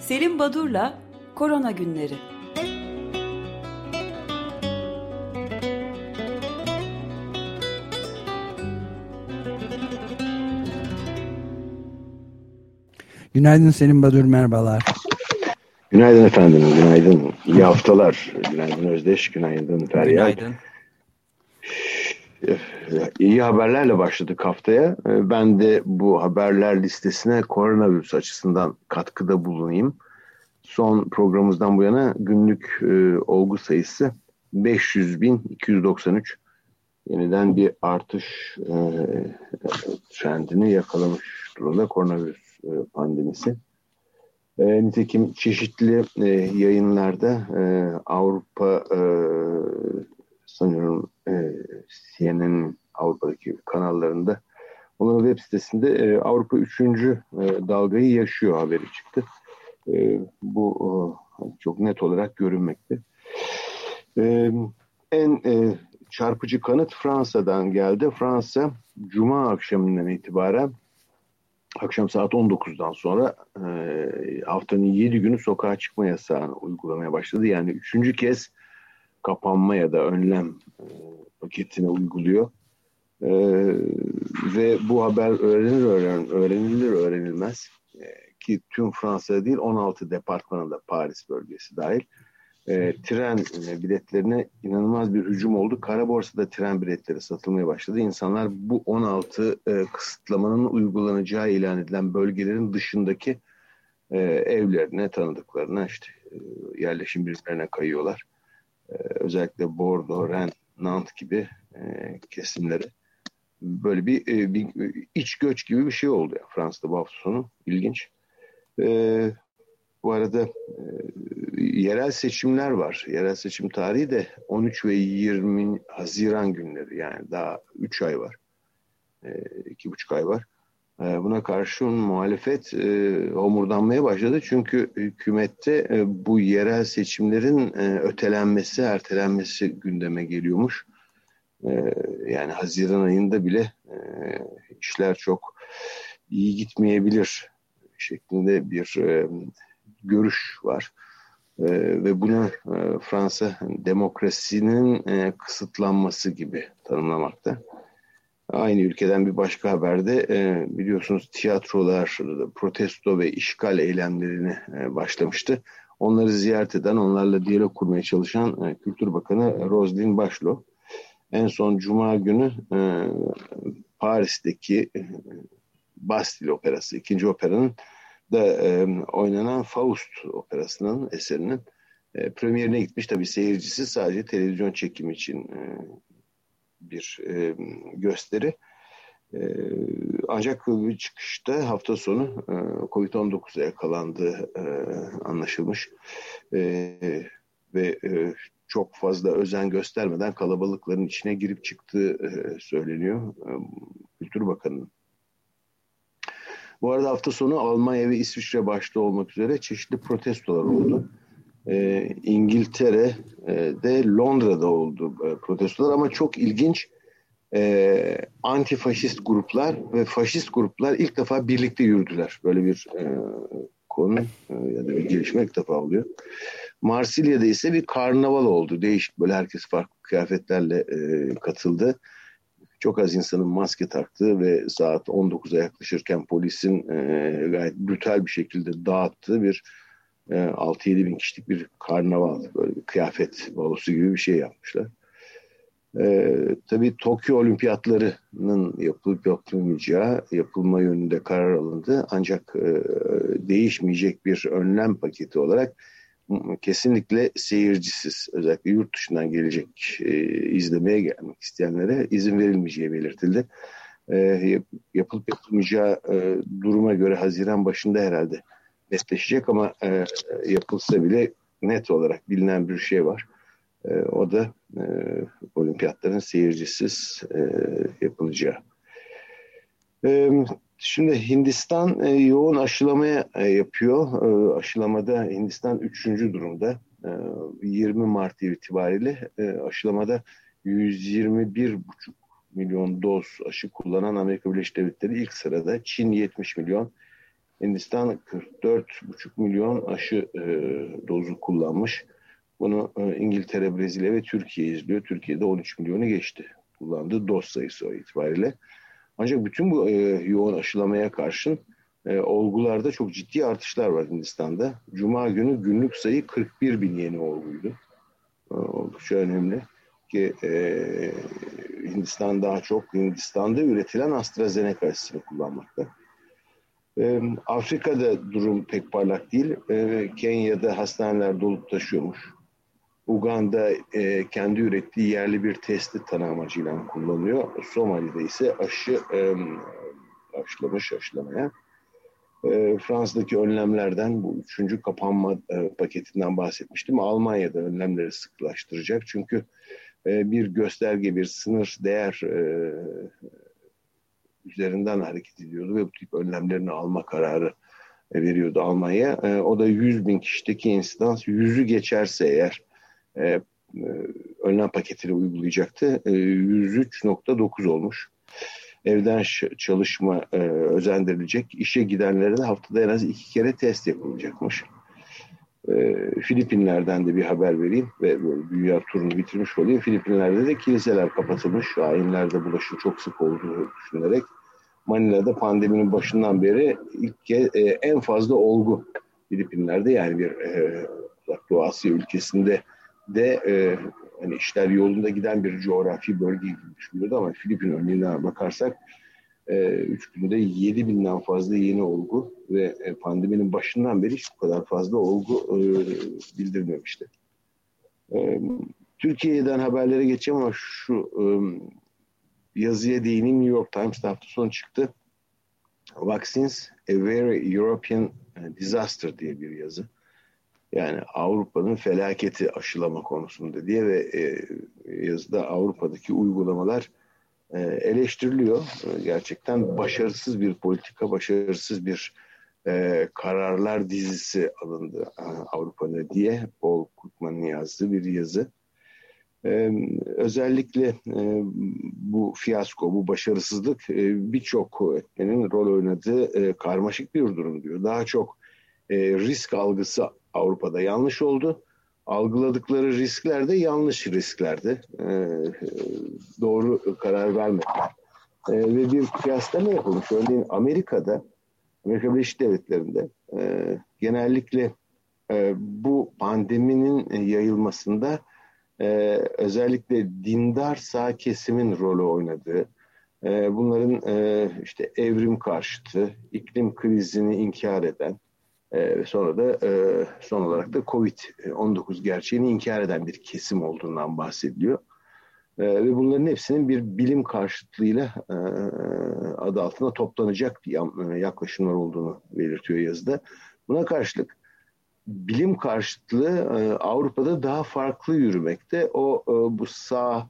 Selim Badur'la Korona Günleri. Günaydın Selim Badur, merhabalar. Günaydın efendim, günaydın. İyi haftalar. Günaydın Özdeş, günaydın Feryal. Günaydın. İyi haberlerle başladık haftaya. Ben de bu haberler listesine koronavirüs açısından katkıda bulunayım. Son programımızdan bu yana günlük olgu sayısı 500.293. Yeniden bir artış trendini yakalamış durumda koronavirüs pandemisi. Nitekim çeşitli yayınlarda Avrupa sanıyorum CNN'in Avrupa'daki kanallarında onun web sitesinde Avrupa 3. dalgayı yaşıyor haberi çıktı. Bu çok net olarak görünmekte. En çarpıcı kanıt Fransa'dan geldi. Fransa Cuma akşamından itibaren akşam saat 19'dan sonra haftanın 7 günü sokağa çıkma yasağını uygulamaya başladı. Yani 3. kez kapanma ya da önlem paketini uyguluyor. Ve bu haber öğrenilir öğrenilmez ki tüm Fransa'da değil 16 departmanında Paris bölgesi dahil tren biletlerine inanılmaz bir hücum oldu. Kara borsada tren biletleri satılmaya başladı. İnsanlar bu 16 kısıtlamanın uygulanacağı ilan edilen bölgelerin dışındaki evlerine, tanıdıklarına işte yerleşim birimlerine kayıyorlar. Özellikle Bordeaux, Rennes, Nantes gibi kesimlere. Böyle bir iç göç gibi bir şey oldu ya Fransa'da bu hafta sonu. İlginç. Bu arada yerel seçimler var. Yerel seçim tarihi de 13 ve 20 Haziran günleri, yani daha 3 ay var. 2,5 ay var. Buna karşın muhalefet homurdanmaya başladı. Çünkü hükümette bu yerel seçimlerin ötelenmesi, ertelenmesi gündeme geliyormuş. Yani Haziran ayında bile işler çok iyi gitmeyebilir şeklinde bir görüş var. Ve bunu Fransa demokrasinin kısıtlanması gibi tanımlamakta. Aynı ülkeden bir başka haberde biliyorsunuz tiyatrolar protesto ve işgal eylemlerini başlamıştı. Onları ziyaret eden, onlarla diyalog kurmaya çalışan Kültür Bakanı Roselyne Bachelot en son Cuma günü Paris'teki Bastille Operası, ikinci operanın da oynanan Faust operasının eserinin premierine gitmiş. Tabii seyircisi, sadece televizyon çekimi için bir gösteri. Ancak bir çıkışta hafta sonu Covid-19'a yakalandığı anlaşılmış. Ve çok fazla özen göstermeden kalabalıkların içine girip çıktığı söyleniyor Kültür Bakanı'nın. Bu arada hafta sonu Almanya ve İsviçre başta olmak üzere çeşitli protestolar oldu. İngiltere'de, Londra'da oldu protestolar ama çok ilginç, antifaşist gruplar ve faşist gruplar ilk defa birlikte yürüdüler. Böyle bir konu ya da bir gelişme ilk defa oluyor. Marsilya'da ise bir karnaval oldu. Değişik, böyle herkes farklı kıyafetlerle katıldı. Çok az insanın maske taktığı ve saat 19'a yaklaşırken polisin gayet brutal bir şekilde dağıttığı bir 6-7 bin kişilik bir karnaval, böyle bir kıyafet balosu gibi bir şey yapmışlar. Tabii Tokyo Olimpiyatlarının yapılıp yapılmayacağı, yapılma yönünde karar alındı. Ancak değişmeyecek bir önlem paketi olarak kesinlikle seyircisiz, özellikle yurt dışından gelecek izlemeye gelmek isteyenlere izin verilmeyeceği belirtildi. Yapılıp yapılmayacağı duruma göre Haziran başında herhalde netleşecek ama yapılsa bile net olarak bilinen bir şey var. O da olimpiyatların seyircisiz yapılacağı. Şimdi Hindistan yoğun aşılamaya yapıyor. Aşılamada Hindistan 3. durumda. 20 Mart itibariyle aşılamada 121,5 milyon doz aşı kullanan Amerika Birleşik Devletleri ilk sırada. Çin 70 milyon. Hindistan 44,5 milyon aşı dozu kullanmış. Bunu İngiltere, Brezilya ve Türkiye izliyor. Türkiye'de 13 milyonu geçti kullandığı doz sayısı itibariyle. Ancak bütün bu yoğun aşılamaya karşın olgularda çok ciddi artışlar var Hindistan'da. Cuma günü günlük sayı 41 bin yeni olguydu. Oldukça önemli ki Hindistan daha çok Hindistan'da üretilen AstraZeneca aşısını kullanmakta. Afrika'da durum pek parlak değil. Kenya'da hastaneler dolup taşıyormuş. Uganda kendi ürettiği yerli bir testi tanı amacıyla kullanıyor. Somali'de ise aşılamaya. Fransa'daki önlemlerden bu 3. kapanma paketinden bahsetmiştim. Almanya'da önlemleri sıkılaştıracak. Çünkü bir gösterge, bir sınır değer üzerinden hareket ediyordu ve bu tip önlemlerini alma kararı veriyordu Almanya. O da 100 bin kişideki insidans 100'ü geçerse eğer önlem paketini uygulayacaktı. 103,9 olmuş. Evden çalışma özendirilecek. İşe gidenlere de haftada en az 2 kere test yapılacakmış. Filipinler'den de bir haber vereyim ve böyle dünya turunu bitirmiş olayım. Filipinler'de de kiliseler kapatılmış. Ayinlerde bulaşın çok sık olduğunu düşünerek Manila'da pandeminin başından beri en fazla olgu Filipinler'de, yani bir Uzak Doğu Asya ülkesinde de hani işler yolunda giden bir coğrafi bölge gibi düşünülüyordu ama Filipin örneğine bakarsak 3 günde 7 binden fazla yeni olgu ve pandeminin başından beri hiç bu kadar fazla olgu bildirmemişti. Türkiye'den haberlere geçeceğim ama şu yazıya değineyim. New York Times'ta hafta sonu çıktı. Vaccines a very European disaster diye bir yazı. Yani Avrupa'nın felaketi aşılama konusunda diye ve yazıda Avrupa'daki uygulamalar eleştiriliyor. Gerçekten başarısız bir politika, başarısız bir kararlar dizisi alındı Avrupa'da diye Paul Krugman'ın yazdığı bir yazı. Özellikle bu fiyasko, bu başarısızlık birçok etmenin rol oynadığı karmaşık bir durum diyor. Daha çok risk algısı Avrupa'da yanlış oldu. Algıladıkları riskler de yanlış risklerdi. Doğru karar vermediler. Ve bir kıyaslama yapılmış. Örneğin Amerika Birleşik Devletleri'nde genellikle bu pandeminin yayılmasında özellikle dindar sağ kesimin rolü oynadığı, bunların işte evrim karşıtı, iklim krizini inkar eden, sonra da son olarak da Covid-19 gerçeğini inkar eden bir kesim olduğundan bahsediliyor. Ve bunların hepsinin bir bilim karşıtlığıyla adı altında toplanacak bir yaklaşımlar olduğunu belirtiyor yazıda. Buna karşılık bilim karşıtlığı Avrupa'da daha farklı yürümekte. Bu sağ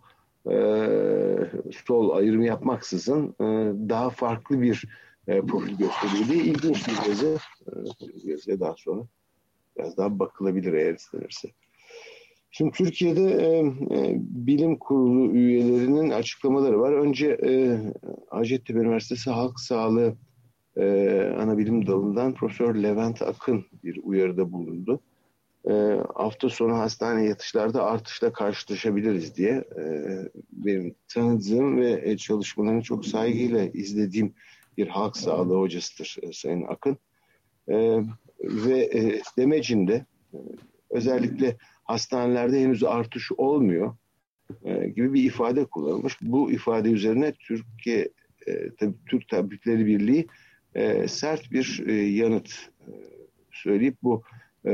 sol ayrımı yapmaksızın daha farklı bir profil gösteriyor diye ilginç bir yazı. Yazıya daha sonra biraz daha bakılabilir eğer istenirse. Şimdi Türkiye'de bilim kurulu üyelerinin açıklamaları var. Önce Hacettepe Üniversitesi Halk Sağlığı Anabilim Dalı'ndan Profesör Levent Akın bir uyarıda bulundu. Hafta sonu hastane yatışlarda artışla karşılaşabiliriz diye benim tanıdığım ve çalışmalarını çok saygıyla izlediğim bir halk sağlığı hocasıdır Sayın Akın. Ve demecinde özellikle hastanelerde henüz artış olmuyor gibi bir ifade kullanılmış. Bu ifade üzerine Türk Tabipleri Birliği sert bir yanıt söyleyip bu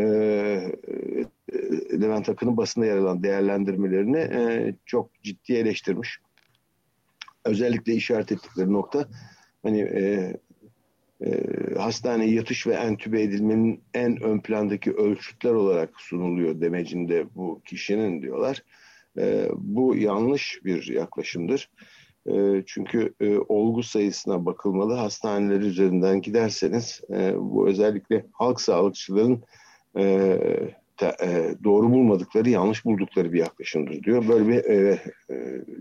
Levent Akın'ın basında yer alan değerlendirmelerini çok ciddi eleştirmiş. Özellikle işaret ettikleri nokta hani hastaneye yatış ve entübe edilmenin en ön plandaki ölçütler olarak sunuluyor demecinde bu kişinin diyorlar. Bu yanlış bir yaklaşımdır. Çünkü olgu sayısına bakılmalı. Hastaneler üzerinden giderseniz bu özellikle halk sağlıkçıların doğru bulmadıkları, yanlış buldukları bir yaklaşımdır diyor. Böyle bir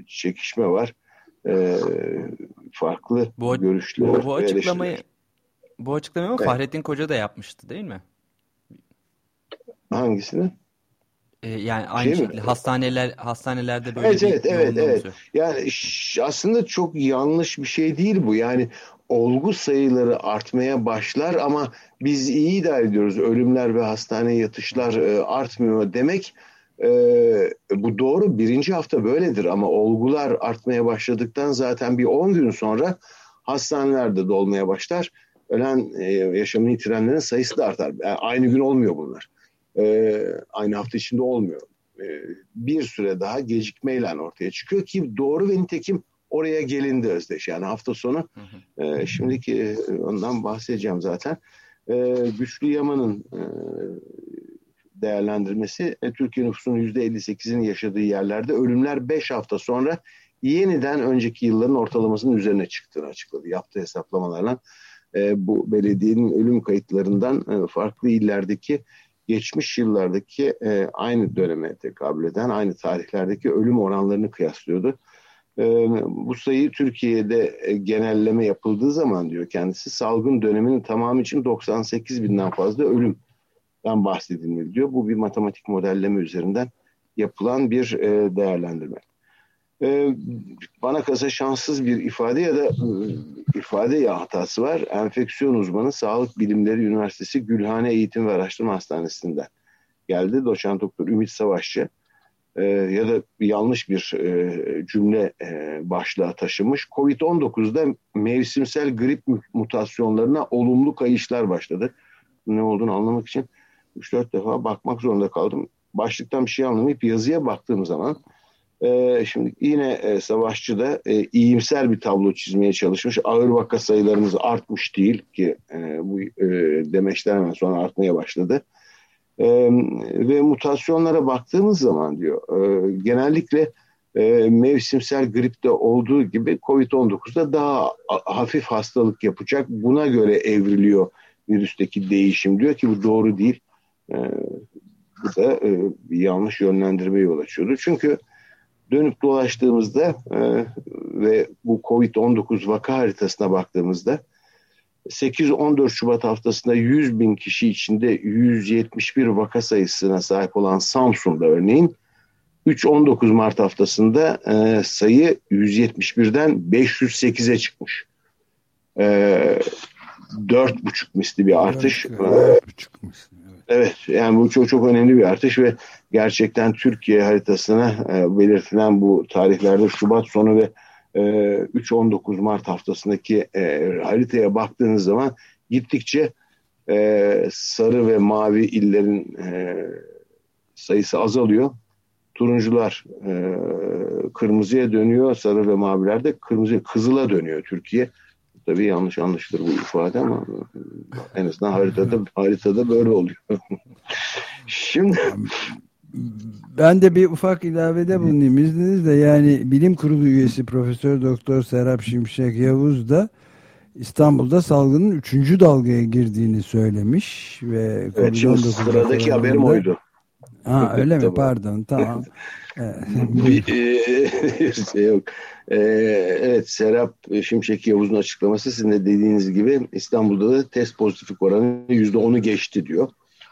çekişme var. Farklı görüşler bu açıklamayı Bu açıklamayı Evet. Fahrettin Koca da yapmıştı değil mi? Hangisini? Yani aynı Şey mi? şekilde hastanelerde böyle Evet, bir evet, evet, yoğunluğumuz evet. var. Yani aslında çok yanlış bir şey değil bu. Yani olgu sayıları artmaya başlar ama biz iyi idare ediyoruz. Ölümler ve hastaneye yatışlar artmıyor demek. e, Bu doğru. Birinci hafta böyledir ama olgular artmaya başladıktan zaten bir 10 gün sonra hastanelerde dolmaya başlar. Ölen, yaşamını yitirenlerin sayısı da artar. Yani aynı gün olmuyor bunlar. Aynı hafta içinde olmuyor. Bir süre daha gecikmeyle ortaya çıkıyor ki doğru ve nitekim oraya gelindi Özdeş. Yani hafta sonu şimdiki ondan bahsedeceğim zaten. Güçlü Yaman'ın değerlendirmesi Türkiye nüfusunun %58'inin yaşadığı yerlerde ölümler 5 hafta sonra yeniden önceki yılların ortalamasının üzerine çıktığını açıkladı. Yaptığı hesaplamalarla bu belediyenin ölüm kayıtlarından farklı illerdeki geçmiş yıllardaki aynı döneme tekabül eden aynı tarihlerdeki ölüm oranlarını kıyaslıyordu. Bu sayı Türkiye'de genelleme yapıldığı zaman diyor kendisi salgın döneminin tamamı için 98 binden fazla ölümden bahsedilmeli diyor. Bu bir matematik modelleme üzerinden yapılan bir değerlendirme. Bana kalırsa şanssız bir ifade ya da ifade hatası var. Enfeksiyon uzmanı Sağlık Bilimleri Üniversitesi Gülhane Eğitim ve Araştırma Hastanesi'nden geldi. Doçent Doktor Ümit Savaşçı ya da yanlış bir cümle başlığa taşımış. Covid-19'da mevsimsel grip mutasyonlarına olumlu kayışlar başladı. Ne olduğunu anlamak için 3-4 defa bakmak zorunda kaldım. Başlıktan bir şey anlamayıp yazıya baktığım zaman şimdi yine Savaşçı da iyimser bir tablo çizmeye çalışmış. Ağır vaka sayılarımız artmış değil ki bu demeçler hemen sonra artmaya başladı. Ve mutasyonlara baktığımız zaman diyor genellikle mevsimsel gripte olduğu gibi Covid-19'da daha hafif hastalık yapacak. Buna göre evriliyor virüsteki değişim diyor ki bu doğru değil. Bu da bir yanlış yönlendirmeye yol açıyordu. Çünkü dönüp dolaştığımızda ve bu Covid-19 vaka haritasına baktığımızda 8-14 Şubat haftasında 100 bin kişi içinde 171 vaka sayısına sahip olan Samsun'da örneğin 3-19 Mart haftasında sayı 171'den 508'e çıkmış. 4,5 misli bir artış. 4,5 misli. Evet, yani bu çok çok önemli bir artış ve gerçekten Türkiye haritasına belirtilen bu tarihlerde Şubat sonu ve 3-19 Mart haftasındaki haritaya baktığınız zaman gittikçe sarı ve mavi illerin sayısı azalıyor. Turuncular kırmızıya dönüyor, sarı ve maviler de kızıla dönüyor Türkiye. Tabii yanlış anlaşılır bu ifade ama en azından haritada böyle oluyor. Şimdi ben de bir ufak ilavede bulunayım izninizle. Yani Bilim Kurulu üyesi Profesör Doktor Serap Şimşek Yavuz da İstanbul'da salgının 3. dalgaya girdiğini söylemiş ve evet, şimdi sıradaki haberim oydu. Öyle mi? Pardon. Tamam. Bir şey yok. Evet, Serap Şimşek Yavuz'un açıklaması sizin de dediğiniz gibi İstanbul'da da test pozitiflik oranı %10'u geçti diyor.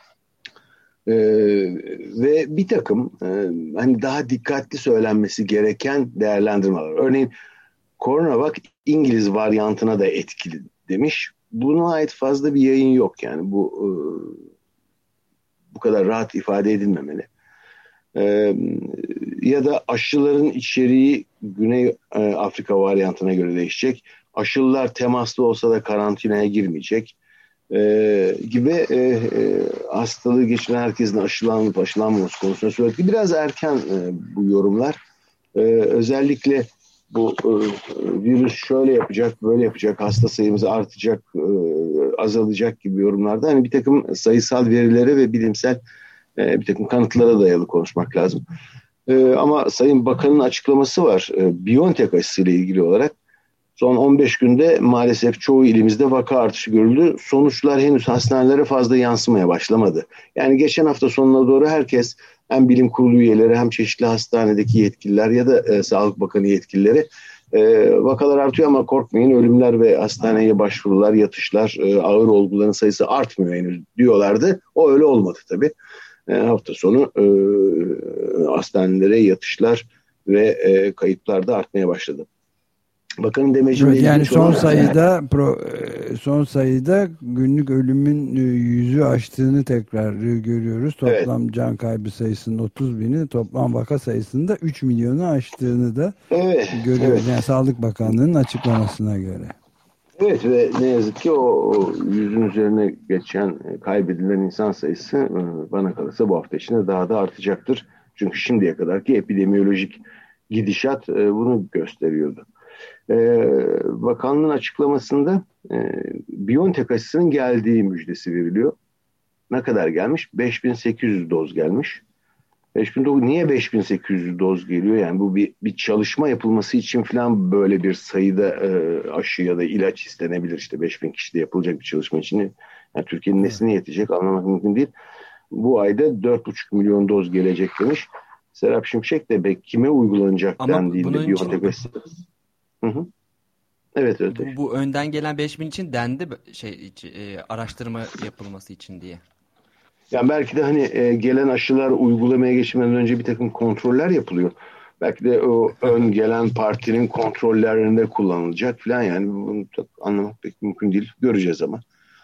Ve bir takım hani daha dikkatli söylenmesi gereken değerlendirmeler. Örneğin Coronavac İngiliz varyantına da etkili demiş. Buna ait fazla bir yayın yok yani bu kadar rahat ifade edilmemeli. Ya da aşıların içeriği Güney Afrika varyantına göre değişecek. Aşılar temaslı olsa da karantinaya girmeyecek gibi hastalığı geçiren herkesin aşılanıp aşılanmaması konusunda söyledi. Biraz erken bu yorumlar. Özellikle bu virüs şöyle yapacak, böyle yapacak, hasta sayımız artacak, azalacak gibi yorumlarda hani bir takım sayısal verilere ve bilimsel bir takım kanıtlara dayalı konuşmak lazım. Ama Sayın Bakan'ın açıklaması var. BioNTech aşısıyla ilgili olarak son 15 günde maalesef çoğu ilimizde vaka artışı görüldü. Sonuçlar henüz hastanelere fazla yansımaya başlamadı. Yani geçen hafta sonuna doğru herkes hem bilim kurulu üyeleri hem çeşitli hastanedeki yetkililer ya da Sağlık Bakanı yetkilileri Vakalar artıyor ama korkmayın, ölümler ve hastaneye başvurular, yatışlar, ağır olguların sayısı artmıyor henüz diyorlardı. O öyle olmadı tabii. Hafta sonu hastanelere yatışlar ve kayıplar da artmaya başladı. Bakanın demeciyle Evet, yani ilginç olan... son sayıda günlük ölümün yüzü aştığını tekrar görüyoruz. Toplam Evet. can kaybı sayısının 30 bini, toplam vaka sayısının da 3 milyonu aştığını da görüyoruz. Evet. Yani Sağlık Bakanlığı'nın açıklamasına göre. Evet ve ne yazık ki o yüzün üzerine geçen kaybedilen insan sayısı bana kalırsa bu hafta içinde daha da artacaktır. Çünkü şimdiye kadarki epidemiyolojik gidişat bunu gösteriyordu. Bakanlığın açıklamasında BioNTech aşısının geldiği müjdesi veriliyor. Ne kadar gelmiş? 5800 doz gelmiş. 5000 doz, niye 5800 doz geliyor? Yani bu bir çalışma yapılması için falan böyle bir sayıda aşı ya da ilaç istenebilir. İşte 5000 kişide yapılacak bir çalışma için. Yani Türkiye'nin nesine yetecek anlamak mümkün değil. Bu ayda 4,5 milyon doz gelecek demiş. Serap Şimşek de kime uygulanacak Ama dendiğinde bunun için BioNTech aşısı. Hı hı. Evet Özdeş. bu önden gelen 5000 için dendi araştırma yapılması için diye. Yani belki de hani gelen aşılar uygulamaya geçmeden önce bir takım kontroller yapılıyor. Belki de o ön gelen partinin kontrollerinde kullanılacak falan, yani bunu anlamak pek mümkün değil. Göreceğiz ama.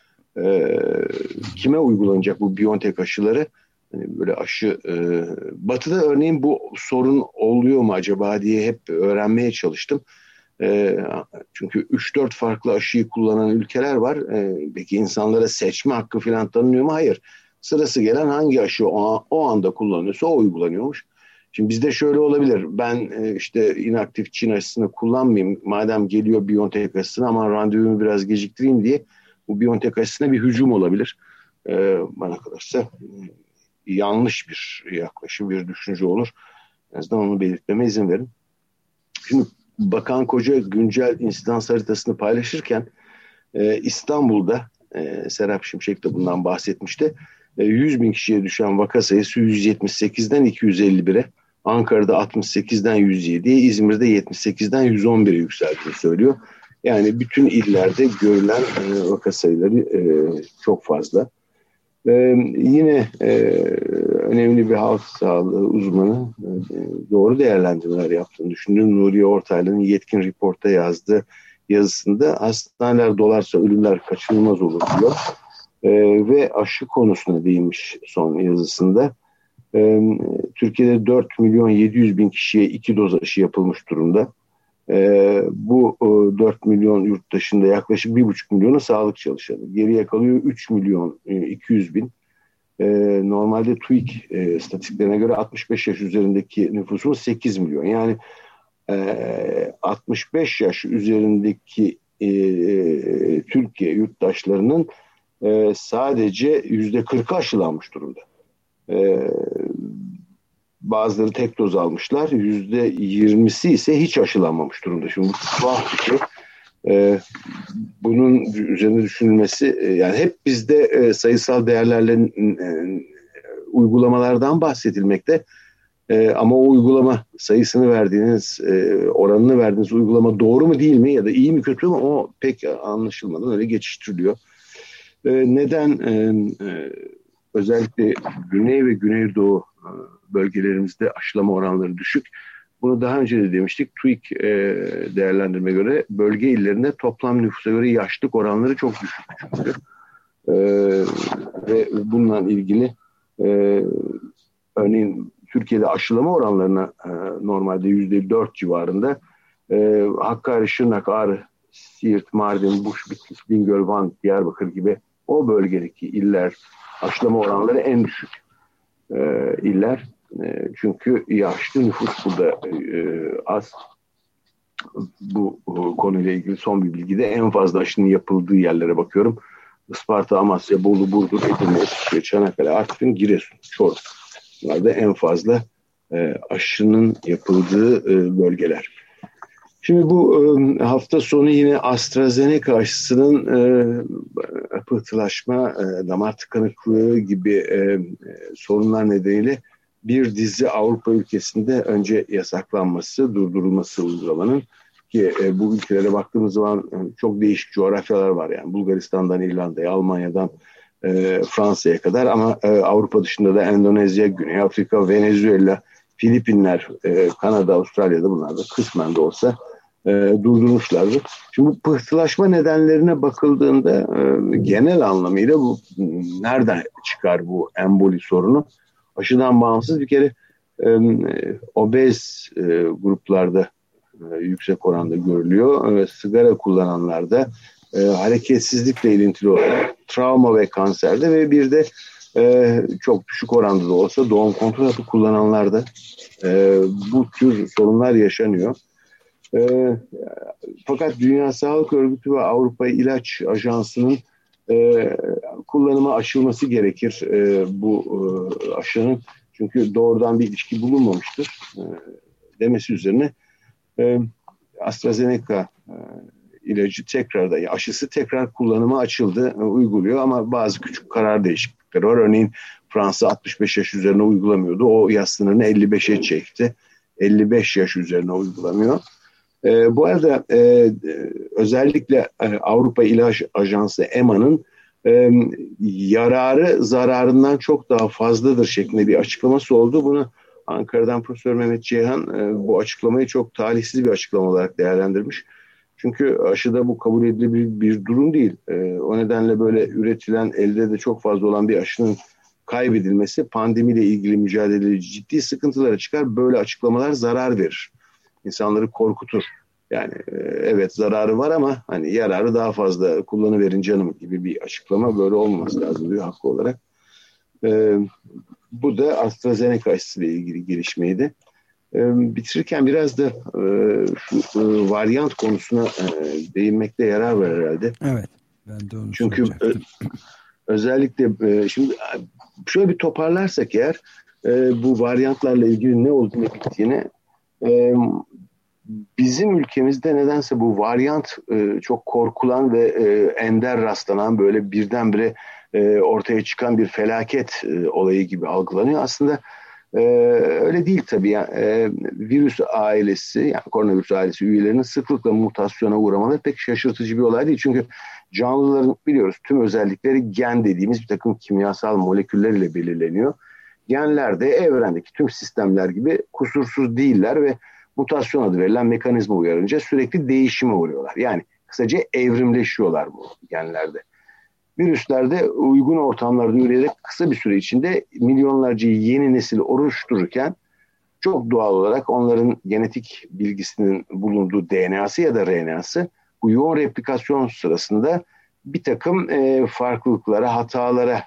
Kime uygulanacak bu BioNTech aşıları? Hani böyle aşı Batı'da örneğin bu sorun oluyor mu acaba diye hep öğrenmeye çalıştım. Çünkü 3-4 farklı aşıyı kullanan ülkeler var. Peki insanlara seçme hakkı falan tanınıyor mu? Hayır. Sırası gelen hangi aşı o anda kullanıyorsa o uygulanıyormuş. Şimdi bizde şöyle olabilir. Ben işte inaktif Çin aşısını kullanmayayım. Madem geliyor BioNTech aşısına, ama randevumu biraz geciktireyim diye bu BioNTech aşısına bir hücum olabilir. Bana kalırsa yanlış bir yaklaşım, bir düşünce olur. En azından onu belirtmeme izin verin. Şimdi Bakan Koca güncel insidans haritasını paylaşırken İstanbul'da Serap Şimşek de bundan bahsetmişti. 100 bin kişiye düşen vaka sayısı 178'den 251'e, Ankara'da 68'den 107'ye, İzmir'de 78'den 111'e yükseldiğini söylüyor. Yani bütün illerde görülen vaka sayıları çok fazla. Yine önemli bir halk sağlığı uzmanı doğru değerlendirmeler yaptığını düşündüğüm Nuriye Ortaylı'nın Yetkin Report'ta yazdığı yazısında hastaneler dolarsa ölümler kaçınılmaz olur diyor. Ve aşı konusuna değinmiş son yazısında. Türkiye'de 4 milyon 700 bin kişiye 2 doz aşı yapılmış durumda. Bu 4 milyon yurt dışında yaklaşık 1,5 milyonu sağlık çalışanı. Geriye kalıyor 3 milyon 200 bin. Normalde TÜİK statistiklerine göre 65 yaş üzerindeki nüfusun 8 milyon. Yani 65 yaş üzerindeki Türkiye yurttaşlarının sadece %40'ı aşılanmış durumda. Bazıları tek doz almışlar. %20'si ise hiç aşılanmamış durumda. Şimdi bu tuhaf bir şey. Bunun üzerine düşünülmesi, yani hep bizde sayısal değerlerle uygulamalardan bahsedilmekte. Ama o uygulama sayısını verdiğiniz, oranını verdiğiniz uygulama doğru mu değil mi ya da iyi mi kötü mü, o pek anlaşılmadan öyle geçiştiriliyor. Neden özellikle Güney ve Güneydoğu bölgelerimizde aşılama oranları düşük? Bunu daha önce de demiştik. TÜİK değerlendirme göre bölge illerinde toplam nüfusa göre yaşlılık oranları çok düşük çünkü. Ve bununla ilgili örneğin Türkiye'de aşılama oranlarına normalde %4 civarında, Hakkari, Şırnak, Ağrı, Siirt, Mardin, Buş, Bitlis, Bingöl, Van, Diyarbakır gibi o bölgedeki iller aşılama oranları en düşük iller. Çünkü yaşlı nüfus burada az. Bu konuyla ilgili son bir bilgi de en fazla aşının yapıldığı yerlere bakıyorum. Isparta, Amasya, Bolu, Burdur, Edirne, Çanakkale, Artvin, Giresun, Çorum. Bunlar da en fazla aşının yapıldığı bölgeler. Şimdi bu hafta sonu yine AstraZeneca aşısının pıhtılaşma, damar tıkanıklığı gibi sorunlar nedeniyle bir dizi Avrupa ülkesinde önce yasaklanması, durdurulması uygulamanın, ki bu ülkelere baktığımız zaman çok değişik coğrafyalar var. Yani Bulgaristan'dan İrlanda'ya, Almanya'dan Fransa'ya kadar, ama Avrupa dışında da Endonezya, Güney Afrika, Venezuela, Filipinler, Kanada, Avustralya'da bunlar da kısmen de olsa durdurmuşlardı. Şimdi bu pıhtılaşma nedenlerine bakıldığında genel anlamıyla bu nereden çıkar bu emboli sorunu? Aşıdan bağımsız bir kere obez gruplarda yüksek oranda görülüyor. Sigara kullananlarda, hareketsizlikle ilintili olarak travma ve kanserde ve bir de çok düşük oranda da olsa doğum kontrol hapı kullananlarda bu tür sorunlar yaşanıyor. Fakat Dünya Sağlık Örgütü ve Avrupa İlaç Ajansı'nın kullanıma açılması gerekir bu aşının. Çünkü doğrudan bir ilişki bulunmamıştır demesi üzerine AstraZeneca ilacı aşısı tekrar kullanıma açıldı, uyguluyor ama bazı küçük karar değişiklikleri var. Örneğin Fransa 65 yaş üzerine uygulamıyordu. O yaş sınırını 55'e çekti. 55 yaş üzerine uygulamıyor. Bu arada özellikle Avrupa İlaç Ajansı EMA'nın yararı zararından çok daha fazladır şeklinde bir açıklaması oldu. Bunu Ankara'dan Profesör Mehmet Ceyhan bu açıklamayı çok talihsiz bir açıklama olarak değerlendirmiş. Çünkü aşıda bu kabul edilebilir bir durum değil. O nedenle böyle üretilen, elde de çok fazla olan bir aşının kaybedilmesi pandemiyle ilgili mücadelede ciddi sıkıntılara çıkar. Böyle açıklamalar zarar verir. İnsanları korkutur. Yani evet zararı var ama hani yararı daha fazla, kullanıverin canım gibi bir açıklama böyle olmaması lazım diyor haklı olarak. Bu da AstraZeneca aşısıyla ilgili gelişmeydi. Bitirirken biraz da şu varyant konusuna değinmekte yarar var herhalde. Evet, ben de onu çünkü özellikle şimdi şöyle bir toparlarsak eğer bu varyantlarla ilgili ne olduğunu bittiğini, bizim ülkemizde nedense bu varyant çok korkulan ve ender rastlanan, böyle birdenbire ortaya çıkan bir felaket olayı gibi algılanıyor. Aslında öyle değil tabii. Yani, virüs ailesi, yani koronavirüs ailesi üyelerinin sıklıkla mutasyona uğramaları pek şaşırtıcı bir olay değil. Çünkü canlıların biliyoruz tüm özellikleri gen dediğimiz bir takım kimyasal moleküller ile belirleniyor. Genler de evrendeki tüm sistemler gibi kusursuz değiller ve mutasyon adı verilen mekanizma uyarınca sürekli değişime uğruyorlar. Yani kısaca evrimleşiyorlar bu genlerde. Virüslerde uygun ortamlarda üreyerek kısa bir süre içinde milyonlarca yeni nesil oluştururken çok doğal olarak onların genetik bilgisinin bulunduğu DNA'sı ya da RNA'sı bu yoğun replikasyon sırasında bir takım farklılıklara, hatalara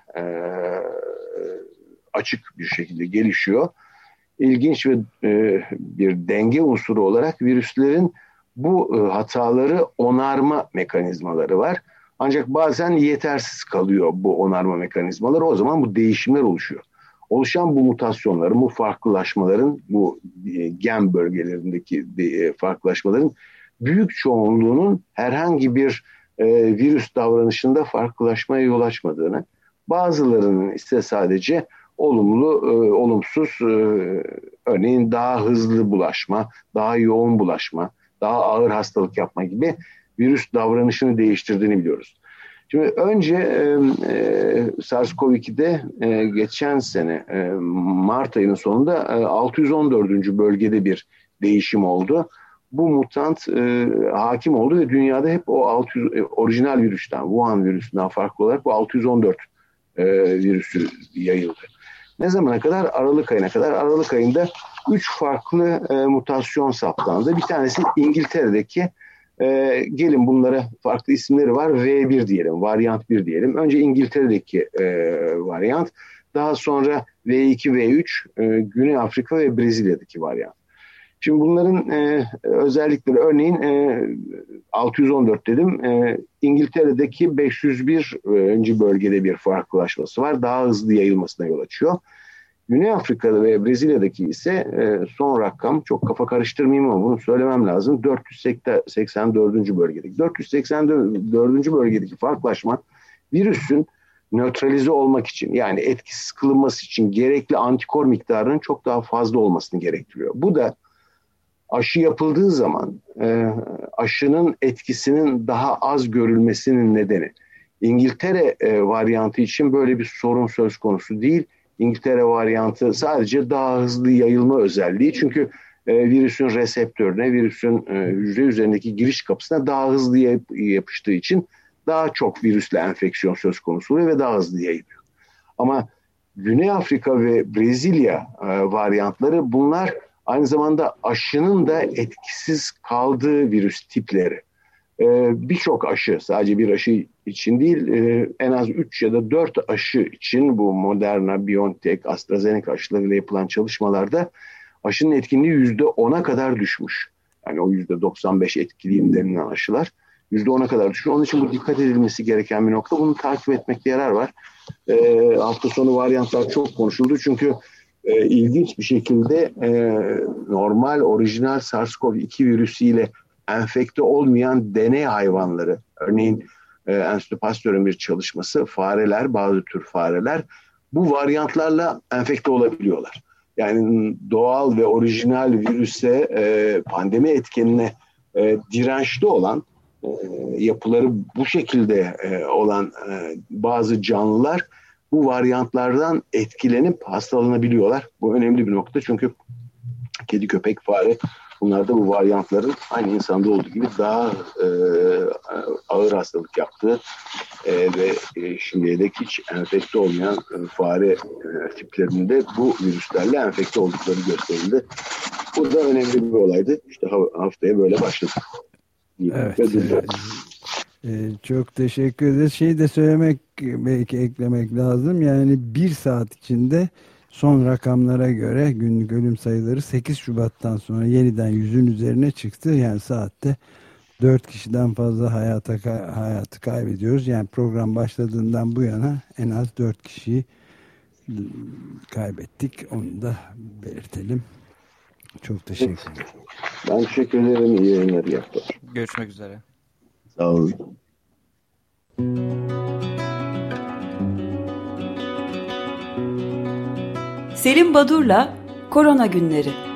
açık bir şekilde gelişiyor. İlginç ve bir denge unsuru olarak virüslerin bu hataları onarma mekanizmaları var. Ancak bazen yetersiz kalıyor bu onarma mekanizmaları. O zaman bu değişimler oluşuyor. Oluşan bu mutasyonların, bu farklılaşmaların, bu gen bölgelerindeki farklılaşmaların büyük çoğunluğunun herhangi bir virüs davranışında farklılaşmaya yol açmadığını, bazılarının ise sadece olumlu, olumsuz, örneğin daha hızlı bulaşma, daha yoğun bulaşma, daha ağır hastalık yapma gibi virüs davranışını değiştirdiğini biliyoruz. Şimdi önce SARS-CoV-2'de geçen sene Mart ayının sonunda 614. bölgede bir değişim oldu. Bu mutant hakim oldu ve dünyada hep o 600 orijinal virüsten, Wuhan virüsünden farklı olarak bu 614 virüsü yayıldı. Ne zamana kadar? Aralık ayına kadar. Aralık ayında 3 farklı mutasyon saptandı. Bir tanesi İngiltere'deki, gelin bunlara farklı isimleri var. V1 diyelim, varyant 1 diyelim. Önce İngiltere'deki varyant, daha sonra V2, V3, Güney Afrika ve Brezilya'daki varyant. Şimdi bunların özellikleri, örneğin 614 dedim, İngiltere'deki 501. bölgede bir farklılaşması var. Daha hızlı yayılmasına yol açıyor. Güney Afrika'da ve Brezilya'daki ise son rakam, çok kafa karıştırmayayım ama bunu söylemem lazım, 484. bölgedeki. 484. bölgedeki farklılaşma virüsün nötralize olmak için, yani etkisiz kılınması için gerekli antikor miktarının çok daha fazla olmasını gerektiriyor. Bu da aşı yapıldığı zaman aşının etkisinin daha az görülmesinin nedeni. İngiltere varyantı için böyle bir sorun söz konusu değil. İngiltere varyantı sadece daha hızlı yayılma özelliği. Çünkü virüsün reseptörüne, virüsün hücre üzerindeki giriş kapısına daha hızlı yapıştığı için daha çok virüsle enfeksiyon söz konusu oluyor ve daha hızlı yayılıyor. Ama Güney Afrika ve Brezilya varyantları, bunlar aynı zamanda aşının da etkisiz kaldığı virüs tipleri. Birçok aşı, sadece bir aşı için değil, en az 3 ya da 4 aşı için bu Moderna, BioNTech, AstraZeneca aşılarıyla yapılan çalışmalarda aşının etkinliği %10'a kadar düşmüş. Yani o %95 etkiliyim denilen aşılar %10'a kadar düşmüş. Onun için bu dikkat edilmesi gereken bir nokta. Bunu takip etmekte yarar var. Hafta sonu varyantlar çok konuşuldu. Çünkü ilginç bir şekilde normal, orijinal SARS-CoV-2 virüsüyle enfekte olmayan deney hayvanları, örneğin Enstitü Pasteur'ün bir çalışması, fareler, bazı tür fareler bu varyantlarla enfekte olabiliyorlar. Yani doğal ve orijinal virüse, pandemi etkenine dirençli olan, yapıları bu şekilde olan bazı canlılar bu varyantlardan etkilenip hastalanabiliyorlar. Bu önemli bir nokta, çünkü kedi, köpek, fare, bunlarda bu varyantların aynı insanda olduğu gibi daha ağır hastalık yaptığı ve şimdiye dek hiç enfekte olmayan fare tiplerinde bu virüslerle enfekte oldukları gösterildi. Bu da önemli bir olaydı. İşte haftaya böyle başladık. Evet. Çok teşekkür ederiz. Şeyi de söylemek, belki eklemek lazım. Yani bir saat içinde son rakamlara göre günlük ölüm sayıları 8 Şubat'tan sonra yeniden 100'ün üzerine çıktı. Yani saatte 4 kişiden fazla hayatı kaybediyoruz. Yani program başladığından bu yana en az 4 kişiyi kaybettik. Onu da belirtelim. Çok teşekkür ederim. Ben teşekkür ederim. İyi yayınlar yaptım. Görüşmek üzere. Sağ olun. Selim Badur'la Korona Günleri.